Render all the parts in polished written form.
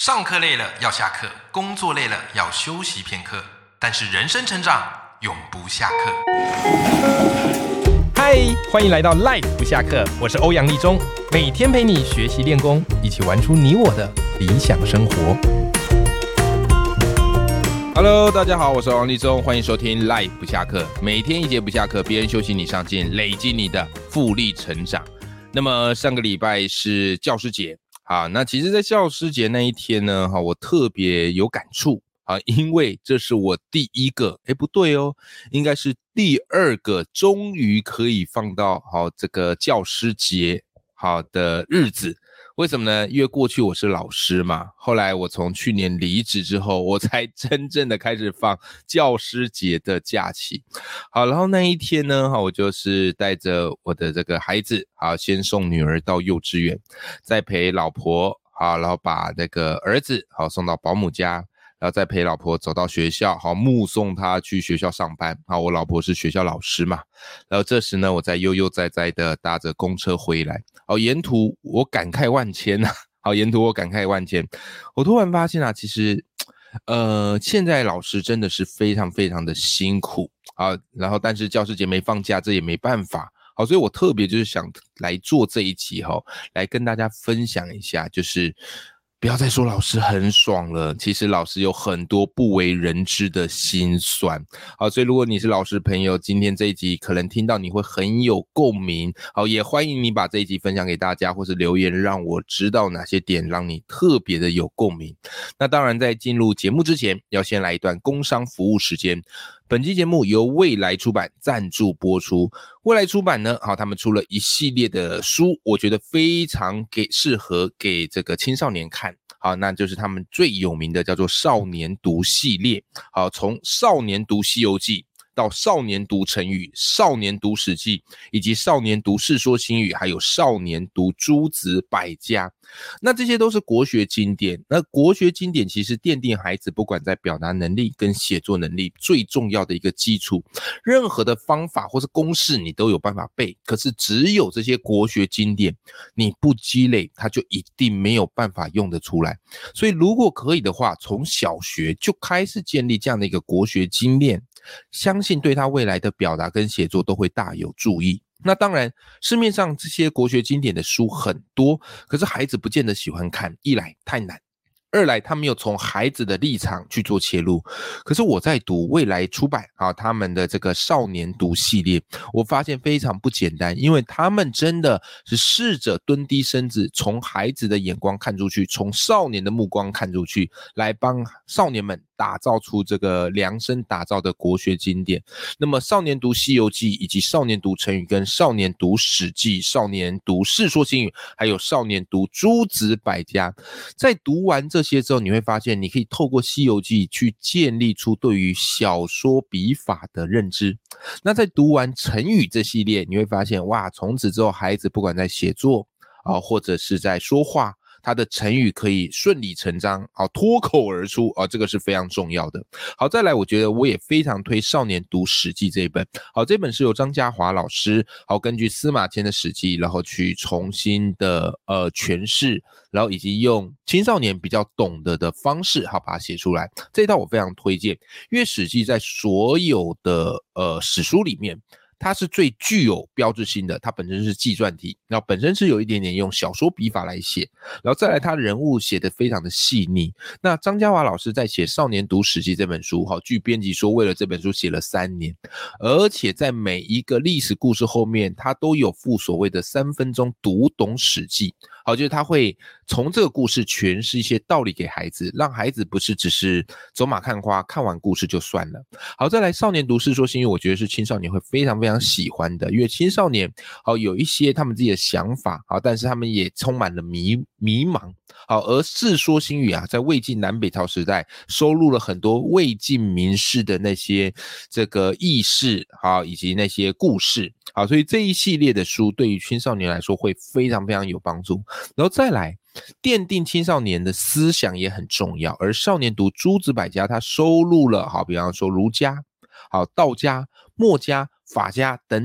上课累了要下课，工作累了要休息片刻，但是人生成长永不下课。嗨，欢迎来到 Life 不下课，我是欧阳立中，每天陪你学习练功，一起玩出你我的理想生活。Hello， 大家好，我是欧阳立中，欢迎收听 Life 不下课，每天一节不下课，别人休息你上进，累积你的复利成长。那么上个礼拜是教师节。好，那其实在教师节那一天呢，我特别有感触啊，因为这是我第一个，不对哦，应该是第二个终于可以放到这个教师节好的日子。为什么呢？因为过去我是老师嘛，后来我从去年离职之后，我才真正的开始放教师节的假期。好，然后那一天呢，我就是带着我的这个孩子，先送女儿到幼稚园，再陪老婆，然后把那个儿子送到保姆家，然后再陪老婆走到学校，目送她去学校上班。我老婆是学校老师嘛，然后这时呢，我再悠悠哉哉的搭着公车回来。沿途我感慨万千啊！沿途我感慨万千。我突然发现啊，其实，现在老师真的是非常非常的辛苦啊。然后，但是教师节没放假，这也没办法。所以我特别就是想来做这一集来跟大家分享一下，就是不要再说老师很爽了，其实老师有很多不为人知的辛酸。所以如果你是老师朋友，今天这一集可能听到你会很有共鸣。也欢迎你把这一集分享给大家，或是留言让我知道哪些点让你特别的有共鸣。那当然在进入节目之前，要先来一段工商服务时间。本期节目由未来出版赞助播出。未来出版呢，他们出了一系列的书，我觉得非常适合给这个青少年看。那就是他们最有名的叫做少年读系列。从少年读西游记到少年读成语、少年读史记，以及少年读世说新语，还有少年读诸子百家。那这些都是国学经典。那国学经典其实奠定孩子不管在表达能力跟写作能力最重要的一个基础。任何的方法或是公式你都有办法背，可是只有这些国学经典你不积累，它就一定没有办法用得出来。所以如果可以的话，从小学就开始建立这样的一个国学精炼，相信对他未来的表达跟写作都会大有助益。那当然市面上这些国学经典的书很多，可是孩子不见得喜欢看，一来太难，二来他没有从孩子的立场去做切入。可是我在读未来出版他们的这个少年读系列，我发现非常不简单，因为他们真的是试着蹲低身子，从孩子的眼光看出去，从少年的目光看出去，来帮少年们打造出这个量身打造的国学经典。那么少年读西游记，以及少年读成语，跟少年读史记，少年读世说新语，还有少年读诸子百家，在读完这些之后，你会发现你可以透过西游记去建立出对于小说笔法的认知。那在读完成语这系列，你会发现哇，从此之后孩子不管在写作或者是在说话，他的成语可以顺理成章脱口而出这个是非常重要的。好，再来我觉得我也非常推少年读史记这一本。这本是由张家华老师根据司马迁的史记，然后去重新的诠释，然后以及用青少年比较懂得的方式把它写出来。这一套我非常推荐，因为史记在所有的史书里面，它是最具有标志性的，它本身是纪传体，然后本身是有一点点用小说笔法来写，然后再来它人物写得非常的细腻。那张家华老师在写少年读史记这本书，据编辑说为了这本书写了3年，而且在每一个历史故事后面，他都有附所谓的3分钟读懂史记。就是他会从这个故事诠释一些道理给孩子，让孩子不是只是走马看花，看完故事就算了。好，再来少年读世说新语，我觉得是青少年会非常非常喜欢的，因为青少年有一些他们自己的想法但是他们也充满了迷茫。而世说新语在魏晋南北朝时代收录了很多魏晋名士的那些这个轶事以及那些故事。所以这一系列的书对于青少年来说会非常非常有帮助。然后再来奠定青少年的思想也很重要，而少年读诸子百家，它收录了比方说儒家、道家、墨家、法家等等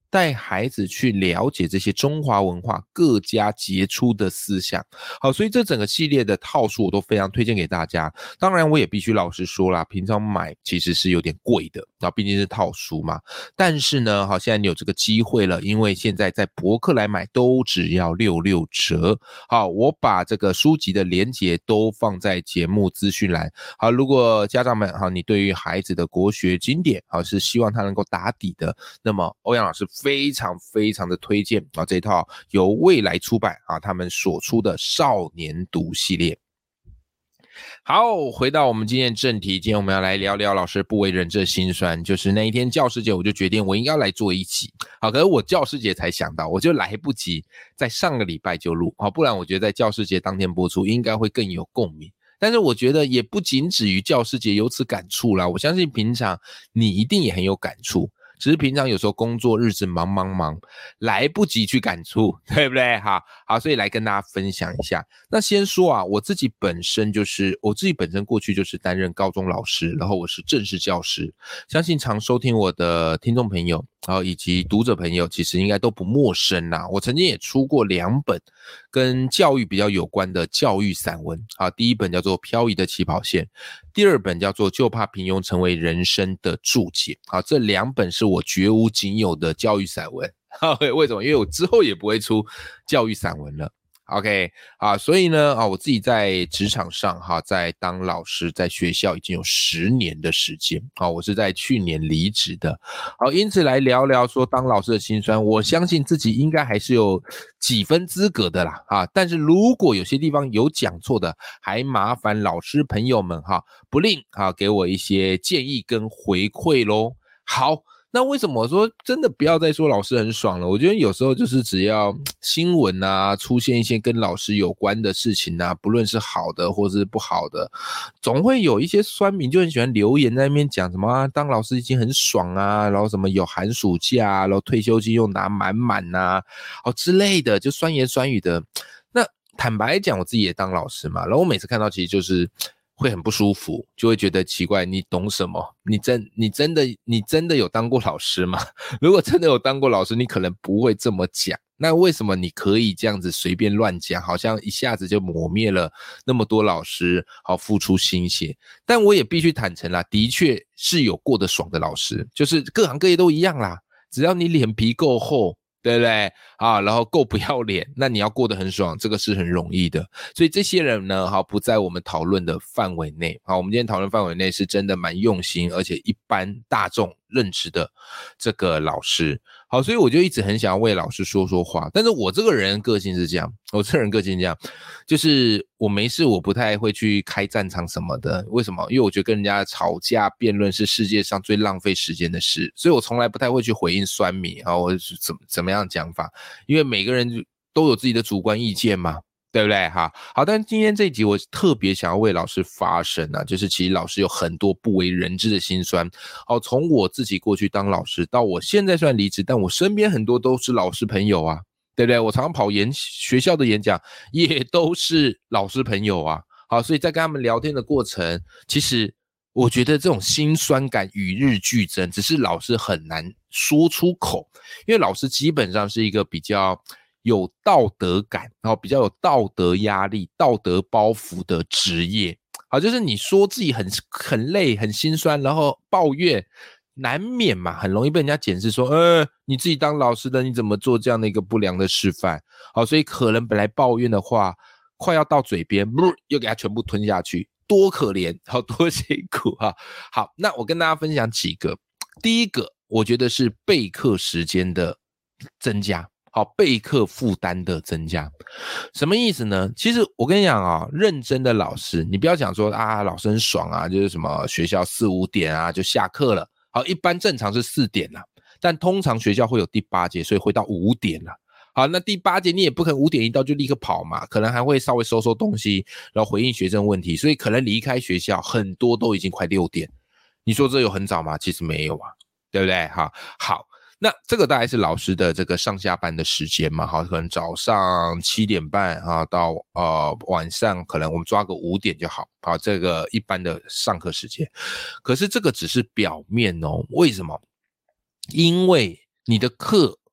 带孩子去了解这些中华文化各家杰出的思想。好，所以这整个系列的套书我都非常推荐给大家。当然我也必须老实说啦，平常买其实是有点贵的，毕竟是套书嘛。但是呢，好，现在你有这个机会了，因为现在在博客来买都只要66折。好，我把这个书籍的连结都放在节目资讯栏。好，如果家长们，好，你对于孩子的国学经典，好，是希望他能够打底的，那么欧阳老师非常非常的推荐这一套由未来出版他们所出的少年读系列。好，回到我们今天的正题，今天我们要来聊聊老师不为人知的辛酸，就是那一天教师节我就决定我应该要来做一集。好，可是我教师节才想到，我就来不及在上个礼拜就录，不然我觉得在教师节当天播出应该会更有共鸣。但是我觉得也不仅止于教师节有此感触啦，我相信平常你一定也很有感触，只是平常有时候工作日子忙，来不及去感触，对不对？好，所以来跟大家分享一下。那先说我自己本身过去就是担任高中老师，然后我是正式教师，相信常收听我的听众朋友以及读者朋友其实应该都不陌生啦。我曾经也出过2本跟教育比较有关的教育散文，第一本叫做《漂移的起跑线》，第2本叫做《就怕平庸成为人生的注解》。这2本是我绝无仅有的教育散文。为什么？因为我之后也不会出教育散文了。OK 所以呢我自己在职场上在当老师，在学校已经有10年的时间我是在去年离职的。因此来聊聊说当老师的辛酸，我相信自己应该还是有几分资格的啦但是如果有些地方有讲错的，还麻烦老师朋友们不吝给我一些建议跟回馈咯。好，那为什么我说真的不要再说老师很爽了？我觉得有时候就是只要新闻出现一些跟老师有关的事情不论是好的或是不好的，总会有一些酸民就很喜欢留言在那边讲什么当老师已经很爽然后什么有寒暑假然后退休金又拿满满之类的，就酸言酸语的。那坦白讲我自己也当老师嘛，然后我每次看到其实就是会很不舒服，就会觉得奇怪，你懂什么？你真的有当过老师吗？如果真的有当过老师，你可能不会这么讲。那为什么你可以这样子随便乱讲，好像一下子就抹灭了那么多老师付出心血？但我也必须坦诚啦，的确是有过得爽的老师，就是各行各业都一样啦，只要你脸皮够厚，对不对然后够不要脸，那你要过得很爽，这个是很容易的。所以这些人呢不在我们讨论的范围内。我们今天讨论范围内是真的蛮用心，而且一般大众认知的这个老师。好，所以我就一直很想要为老师说说话。但是我这个人个性是这样，就是我没事我不太会去开战场什么的。为什么？因为我觉得跟人家吵架辩论是世界上最浪费时间的事，所以我从来不太会去回应酸民或者是怎么样讲法，因为每个人都有自己的主观意见嘛，对不对？好，但今天这一集我特别想要为老师发声就是其实老师有很多不为人知的辛酸。从我自己过去当老师到我现在虽然离职，但我身边很多都是老师朋友对不对？我常常跑学校的演讲也都是老师朋友好，所以在跟他们聊天的过程，其实我觉得这种辛酸感与日俱增，只是老师很难说出口，因为老师基本上是一个比较有道德感，然后比较有道德压力、道德包袱的职业。好，就是你说自己很累、很辛酸，然后抱怨，难免嘛，很容易被人家检视说，你自己当老师的，你怎么做这样的一个不良的示范？好，所以可能本来抱怨的话，快要到嘴边，又给他全部吞下去，多可怜，多辛苦好，那我跟大家分享几个。第一个，我觉得是备课时间的增加。备课负担的增加，什么意思呢？其实我跟你讲认真的老师，你不要讲说老师很爽就是什么学校4、5点就下课了。好，一般正常是4点但通常学校会有第8节，所以会到5点好，那第8节你也不可能5点一到就立刻跑嘛，可能还会稍微收东西，然后回应学生问题，所以可能离开学校很多都已经快6点。你说这有很早吗？其实没有对不对？好。那这个大概是老师的这个上下班的时间嘛，可能早上7点半到晚上可能我们抓个5点就好，这个一般的上课时间。可是这个只是表面为什么？因为你的课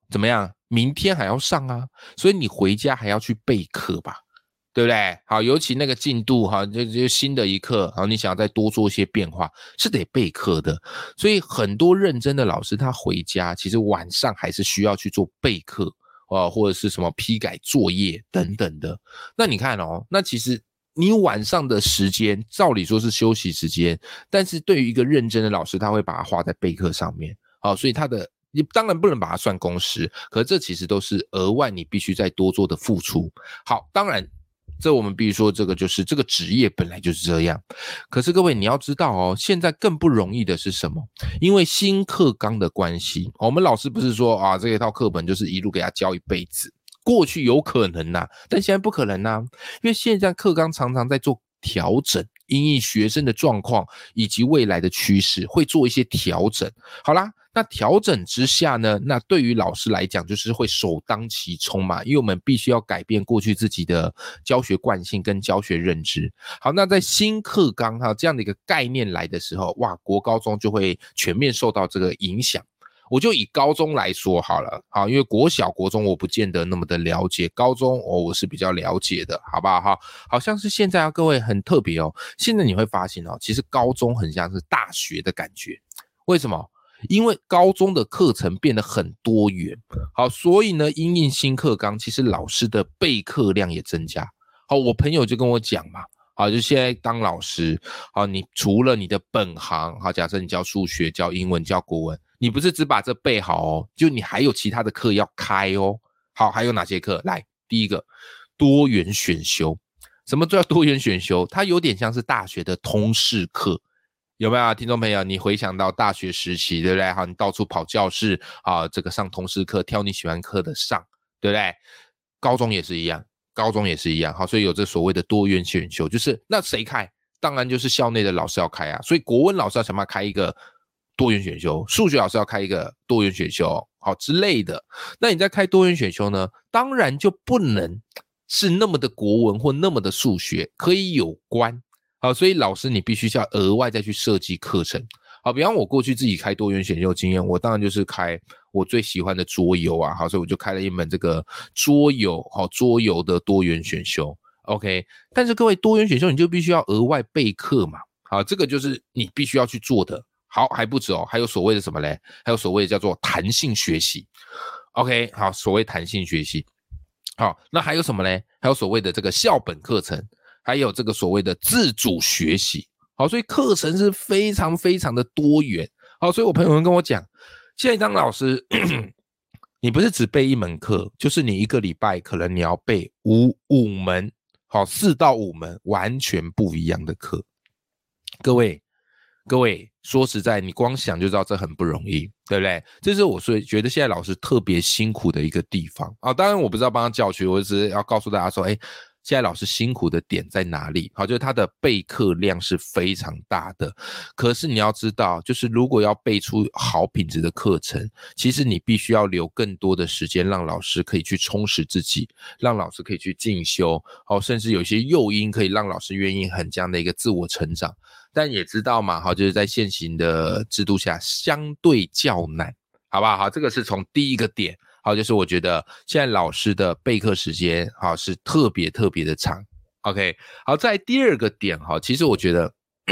怎么样？明天还要上啊，所以你回家还要去备课吧，对不对？好，尤其那个进度哈，就新的一课，好，你想要再多做一些变化，是得备课的。所以很多认真的老师，他回家其实晚上还是需要去做备课或者是什么批改作业等等的。那你看哦，那其实你晚上的时间，照理说是休息时间，但是对于一个认真的老师，他会把它花在备课上面。好，所以你当然不能把它算工时，可是这其实都是额外你必须再多做的付出。好，当然这我们必须说，这个就是这个职业本来就是这样。可是各位你要知道哦，现在更不容易的是什么？因为新课纲的关系，我们老师不是说啊这一套课本就是一路给他教一辈子，过去有可能啊，但现在不可能啊，因为现在课纲常常在做调整，因应学生的状况以及未来的趋势会做一些调整。好啦，那调整之下呢，那对于老师来讲就是会首当其冲嘛，因为我们必须要改变过去自己的教学惯性跟教学认知。好，那在新课纲这样的一个概念来的时候，哇，国高中就会全面受到这个影响。我就以高中来说好了，好，因为国小国中我不见得那么的了解，高中我是比较了解的，好不好？好像是现在各位很特别哦，现在你会发现其实高中很像是大学的感觉。为什么？因为高中的课程变得很多元，好，所以呢，因应新课纲，其实老师的备课量也增加。好，我朋友就跟我讲嘛，好，就现在当老师，好，你除了你的本行，好，假设你教数学、教英文、教国文，你不是只把这背好哦，就你还有其他的课要开哦。好，还有哪些课？来，第一个，多元选修。什么叫多元选修？它有点像是大学的通识课。有没有听众朋友？你回想到大学时期，对不对？好，你到处跑教室这个上通识课，挑你喜欢课的上，对不对？高中也是一样，好，所以有这所谓的多元选修，就是那谁开？当然就是校内的老师要开啊。所以国文老师要想办法开一个多元选修，数学老师要开一个多元选修，好之类的。那你在开多元选修呢，当然就不能是那么的国文或那么的数学，可以有关。好，所以老师你必须要额外再去设计课程。好，比方我过去自己开多元选修经验，我当然就是开我最喜欢的桌游啊，好，所以我就开了一门这个桌游的多元选修。OK， 但是各位多元选修你就必须要额外备课嘛，好，这个就是你必须要去做的。好，还不止哦，还有所谓的什么嘞？还有所谓的叫做弹性学习。OK， 好，所谓弹性学习。好，那还有什么嘞？还有所谓的这个校本课程。还有这个所谓的自主学习，好，所以课程是非常非常的多元。好，所以我朋友们跟我讲，现在当老师你不是只备一门课，就是你一个礼拜可能你要备五门，好，4到5门完全不一样的课。各位说实在，你光想就知道这很不容易，对不对？这是我觉得现在老师特别辛苦的一个地方啊。当然我不知道帮他教学，我只是要告诉大家说，现在老师辛苦的点在哪里？好，就是他的备课量是非常大的。可是你要知道，就是如果要备出好品质的课程，其实你必须要留更多的时间，让老师可以去充实自己，让老师可以去进修，甚至有些诱因可以让老师愿意很这样的一个自我成长。但也知道嘛，就是在现行的制度下相对较难，好不好？好，这个是从第一个点。好，就是我觉得现在老师的备课时间是特别特别的长。OK， 好，在第二个点其实我觉得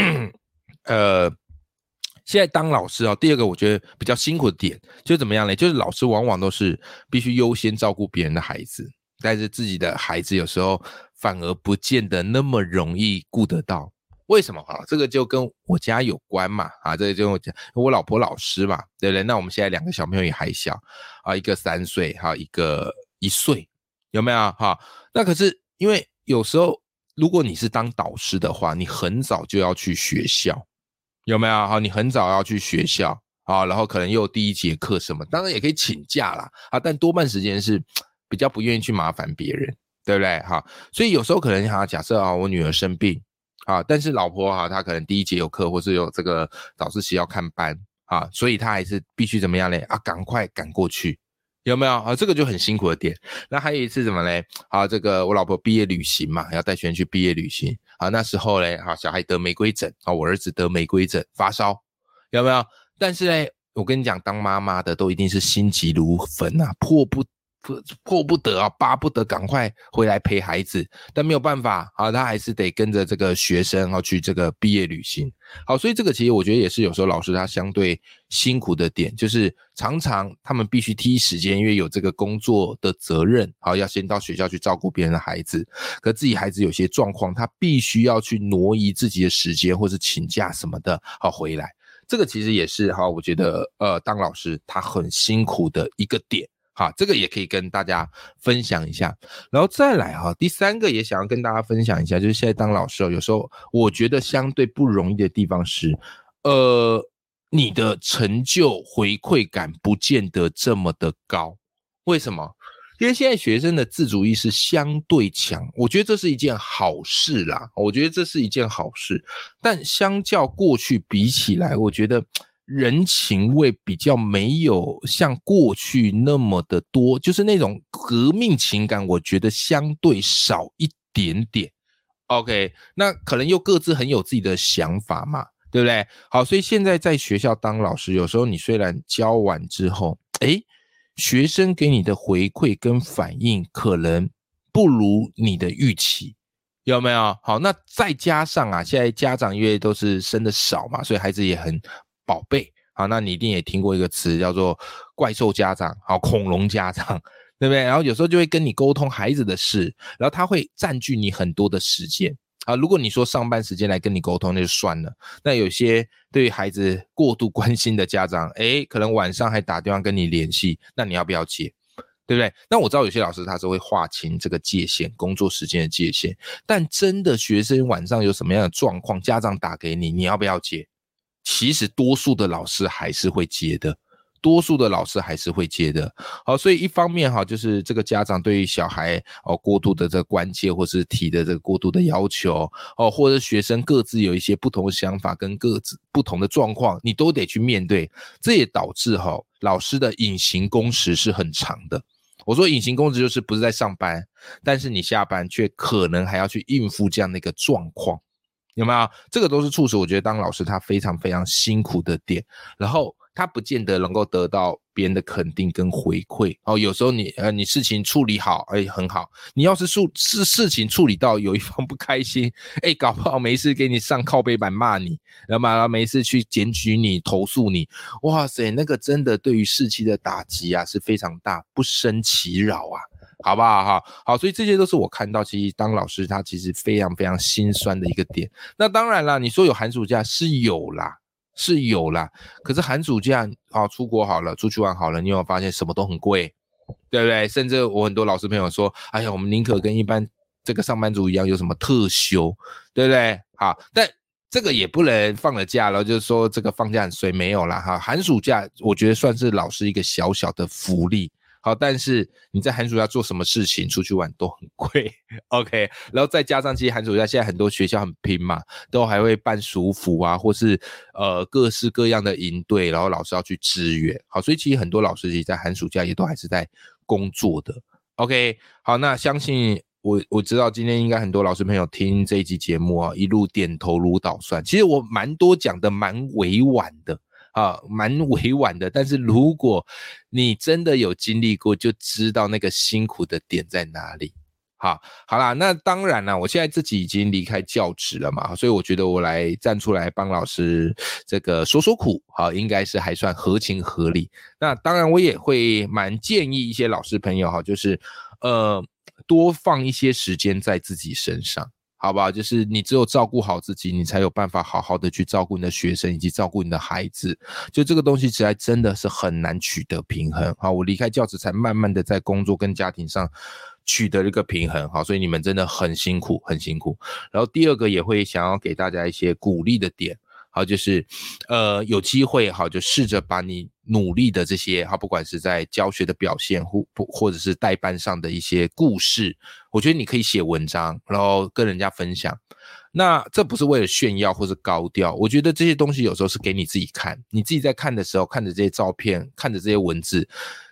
现在当老师第二个我觉得比较辛苦的点就是怎么样呢？就是老师往往都是必须优先照顾别人的孩子，但是自己的孩子有时候反而不见得那么容易顾得到。为什么这个就跟我家有关嘛这个就我老婆老师嘛，对不对？那我们现在2个小朋友也还小一个3岁一个1岁，有没有那可是因为有时候如果你是当导师的话，你很早就要去学校，有没有你很早要去学校然后可能又有第1节课什么，当然也可以请假啦但多半时间是比较不愿意去麻烦别人，对不对所以有时候可能假设我女儿生病但是老婆她可能第1节有课，或是有这个早自习要看班所以她还是必须怎么样嘞赶快赶过去，有没有这个就很辛苦的点。那还有一次怎么嘞这个我老婆毕业旅行嘛，要带学生去毕业旅行那时候嘞小孩得玫瑰疹我儿子得玫瑰疹发烧，有没有？但是嘞我跟你讲，当妈妈的都一定是心急如焚啊，迫不得啊，巴不得赶快回来陪孩子，但没有办法啊，他还是得跟着这个学生去这个毕业旅行。好，所以这个其实我觉得也是有时候老师他相对辛苦的点，就是常常他们必须第一时间，因为有这个工作的责任，好，要先到学校去照顾别人的孩子，可自己孩子有些状况，他必须要去挪移自己的时间或是请假什么的，好回来。这个其实也是我觉得当老师他很辛苦的一个点。好，这个也可以跟大家分享一下。然后再来第三个也想要跟大家分享一下，就是现在当老师有时候我觉得相对不容易的地方是你的成就回馈感不见得这么的高。为什么？因为现在学生的自主意识相对强，我觉得这是一件好事啦，我觉得这是一件好事，但相较过去比起来，我觉得人情味比较没有像过去那么的多，就是那种革命情感我觉得相对少一点点。 OK， 那可能又各自很有自己的想法嘛，对不对？好，所以现在在学校当老师，有时候你虽然教完之后学生给你的回馈跟反应可能不如你的预期，有没有？好，那再加上现在家长因为都是生的少嘛，所以孩子也很宝贝。好，那你一定也听过一个词叫做怪兽家长，好，恐龙家长，对不对？然后有时候就会跟你沟通孩子的事，然后他会占据你很多的时间。如果你说上班时间来跟你沟通那就算了，那有些对于孩子过度关心的家长，可能晚上还打电话跟你联系，那你要不要接？对不对？那我知道有些老师他是会划清这个界限，工作时间的界限，但真的学生晚上有什么样的状况，家长打给你，你要不要接？其实多数的老师还是会接的，好，所以一方面就是这个家长对于小孩过度的这个关切，或是提的这个过度的要求或者学生各自有一些不同的想法跟各自不同的状况，你都得去面对。这也导致老师的隐形工时是很长的。我说隐形工时就是不是在上班，但是你下班却可能还要去应付这样的一个状况，有没有？这个都是促使我觉得当老师他非常非常辛苦的点，然后他不见得能够得到别人的肯定跟回馈。有时候你事情处理好很好，你要是事情处理到有一方不开心，搞不好没事给你上靠背板骂你，然后没事去检举你投诉你，哇塞，那个真的对于士气的打击是非常大，不胜其扰好不好？好，所以这些都是我看到其实当老师他其实非常非常心酸的一个点。那当然啦，你说有寒暑假是有啦，可是寒暑假出国好了，出去玩好了，你有没有发现什么都很贵，对不对？甚至我很多老师朋友说，哎呀，我们宁可跟一般这个上班族一样有什么特休，对不对？好，但这个也不能放了假了就是说这个放假很衰，没有啦寒暑假我觉得算是老师一个小小的福利。好，但是你在寒暑假做什么事情出去玩都很贵 OK， 然后再加上其实寒暑假现在很多学校很拼嘛，都还会办暑辅或是各式各样的营队，然后老师要去支援。好，所以其实很多老师其实在寒暑假也都还是在工作的 OK。 好，那相信我知道今天应该很多老师朋友听这一集节目一路点头如捣蒜，其实我蛮多讲的蛮委婉的蛮委婉的，但是如果你真的有经历过，就知道那个辛苦的点在哪里。好啦，那当然啦，我现在自己已经离开教职了嘛，所以我觉得我来站出来帮老师这个说说苦，应该是还算合情合理。那当然我也会蛮建议一些老师朋友就是多放一些时间在自己身上，好不好？就是你只有照顾好自己，你才有办法好好的去照顾你的学生以及照顾你的孩子。就这个东西实在真的是很难取得平衡。好，我离开教职才慢慢的在工作跟家庭上取得一个平衡。好，所以你们真的很辛苦很辛苦。然后第二个也会想要给大家一些鼓励的点。好，就是有机会就试着把你努力的这些不管是在教学的表现或者是带班上的一些故事，我觉得你可以写文章然后跟人家分享。那这不是为了炫耀或是高调，我觉得这些东西有时候是给你自己看，你自己在看的时候，看着这些照片，看着这些文字，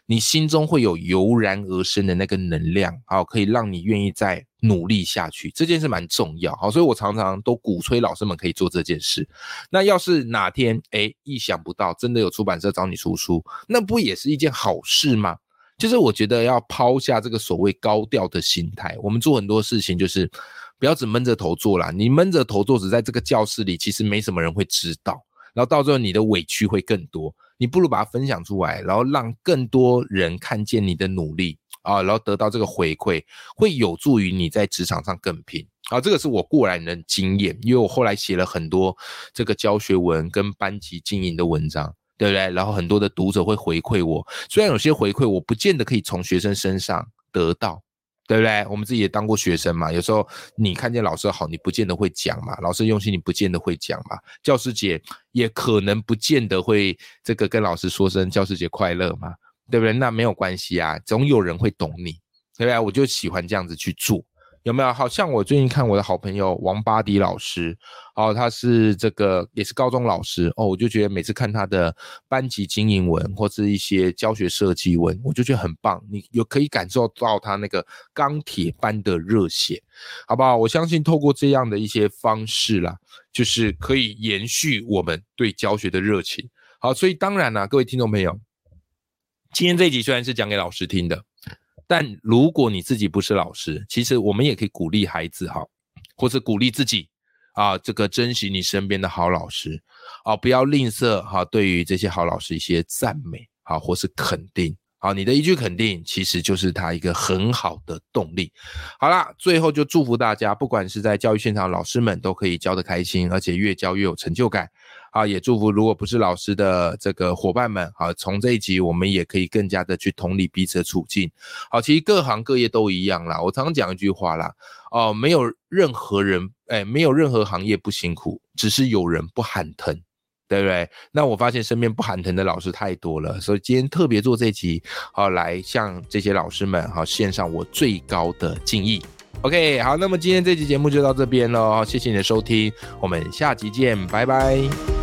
你心中会有油然而生的那个能量，好，可以让你愿意再努力下去，这件事蛮重要，好，所以我常常都鼓吹老师们可以做这件事。那要是哪天意想不到真的有出版社找你出书，那不也是一件好事吗？就是我觉得要抛下这个所谓高调的心态，我们做很多事情就是不要只闷着头做啦，你闷着头做只在这个教室里，其实没什么人会知道，然后到最后你的委屈会更多，你不如把它分享出来，然后让更多人看见你的努力啊，然后得到这个回馈，会有助于你在职场上更拼。好，这个是我过来人的经验，因为我后来写了很多这个教学文跟班级经营的文章，对不对？然后很多的读者会回馈我，虽然有些回馈我不见得可以从学生身上得到，对不对？我们自己也当过学生嘛，有时候你看见老师好，你不见得会讲嘛，老师用心你不见得会讲嘛，教师节也可能不见得会这个跟老师说声教师节快乐嘛，对不对？那没有关系啊，总有人会懂你，对不对？我就喜欢这样子去做。有没有？好像我最近看我的好朋友王巴迪老师，他是这个也是高中老师我就觉得每次看他的班级经营文或是一些教学设计文，我就觉得很棒，你有可以感受到他那个钢铁般的热血，好不好？我相信透过这样的一些方式啦，就是可以延续我们对教学的热情。好，所以当然啦，各位听众朋友，今天这一集虽然是讲给老师听的，但如果你自己不是老师，其实我们也可以鼓励孩子或者鼓励自己这个珍惜你身边的好老师不要吝啬对于这些好老师一些赞美或是肯定。好，你的一句肯定其实就是他一个很好的动力。好啦，最后就祝福大家，不管是在教育现场的老师们都可以教得开心，而且越教越有成就感。也祝福如果不是老师的这个伙伴们从这一集我们也可以更加的去同理彼此的处境。其实各行各业都一样啦，我常常讲一句话啦，没有任何行业不辛苦，只是有人不喊疼，对不对？那我发现身边不喊疼的老师太多了，所以今天特别做这集来向这些老师们献上我最高的敬意。OK， 好，那么今天这期节目就到这边了，谢谢你的收听，我们下集见，拜拜。